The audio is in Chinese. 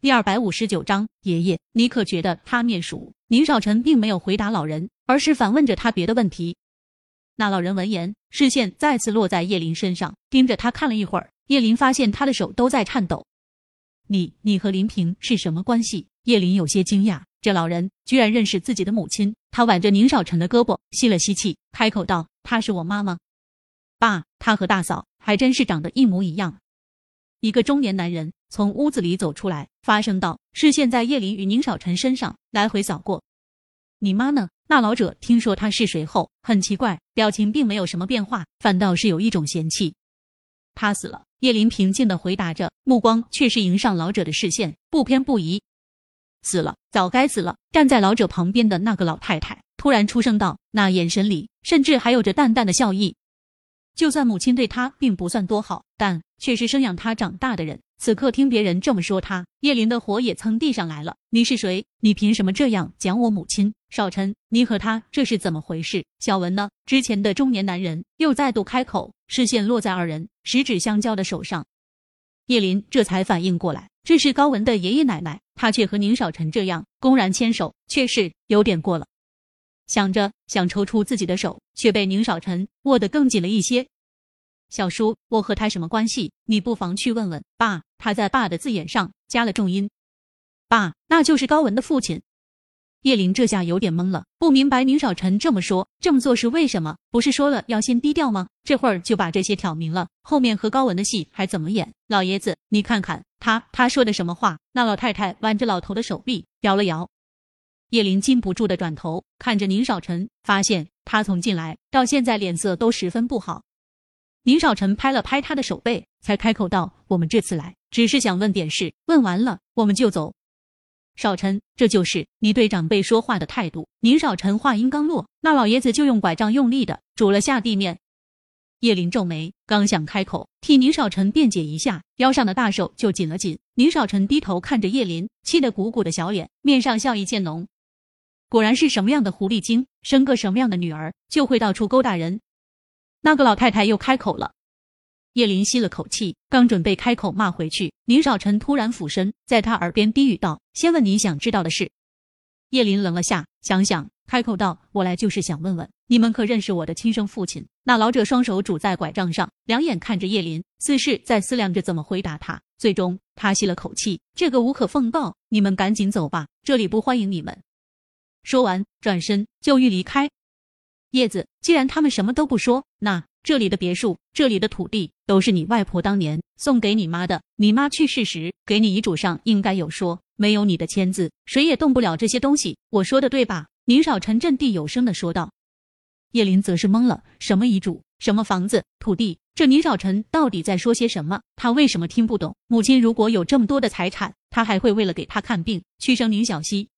第259章，爷爷，你可觉得他面熟？宁少臣并没有回答老人，而是反问着他别的问题。那老人闻言，视线再次落在叶林身上，盯着他看了一会儿。叶林发现他的手都在颤抖。你和林平是什么关系？叶林有些惊讶，这老人居然认识自己的母亲。他挽着宁少臣的胳膊，吸了吸气，开口道：“她是我妈妈。”爸，她和大嫂还真是长得一模一样。一个中年男人从屋子里走出来，发声道，视线在叶林与宁少臣身上来回扫过。你妈呢？那老者听说他是谁后，很奇怪，表情并没有什么变化，反倒是有一种嫌弃。他死了。叶林平静地回答着，目光却是迎上老者的视线，不偏不倚。死了，早该死了。站在老者旁边的那个老太太突然出声道，那眼神里甚至还有着淡淡的笑意。就算母亲对他并不算多好，但却是生养他长大的人，此刻听别人这么说他，叶林的火也蹭地上来了。你是谁？你凭什么这样讲我母亲？少臣，你和他这是怎么回事？小文呢？之前的中年男人又再度开口，视线落在二人十指相交的手上。叶林这才反应过来，这是高文的爷爷奶奶，他却和宁少臣这样公然牵手，确实有点过了。想着想抽出自己的手，却被宁少臣握得更紧了一些。小叔，我和他什么关系？你不妨去问问爸。他在爸的字眼上加了重音。爸，那就是高文的父亲。叶林这下有点懵了，不明白宁少臣这么说这么做是为什么？不是说了要先低调吗？这会儿就把这些挑明了，后面和高文的戏还怎么演？老爷子，你看看他说的什么话？那老太太挽着老头的手臂摇了摇。叶林禁不住的转头看着宁少臣，发现他从进来到现在脸色都十分不好。宁少臣拍了拍他的手背，才开口道，我们这次来只是想问点事，问完了我们就走。少臣，这就是你对长辈说话的态度。宁少臣话音刚落，那老爷子就用拐杖用力的拄了下地面。叶林皱眉，刚想开口替宁少臣辩解一下，腰上的大手就紧了紧。宁少臣低头看着叶林气得鼓鼓的小脸，面上笑意渐浓。果然是什么样的狐狸精，生个什么样的女儿，就会到处勾搭人。那个老太太又开口了。叶林吸了口气，刚准备开口骂回去，宁少臣突然俯身在他耳边低语道，先问你想知道的事。叶林愣了下，想想开口道，我来就是想问问你们可认识我的亲生父亲？那老者双手拄在拐杖上，两眼看着叶林，似是在思量着怎么回答他。最终他吸了口气，这个无可奉告，你们赶紧走吧，这里不欢迎你们。说完转身就欲离开。叶子，既然他们什么都不说，那这里的别墅，这里的土地都是你外婆当年送给你妈的，你妈去世时给你遗嘱上应该有说，没有你的签字，谁也动不了这些东西，我说的对吧？宁少臣掷地有声地说道。叶林则是懵了，什么遗嘱？什么房子、土地？这宁少臣到底在说些什么？他为什么听不懂？母亲如果有这么多的财产，他还会为了给他看病去生宁小溪？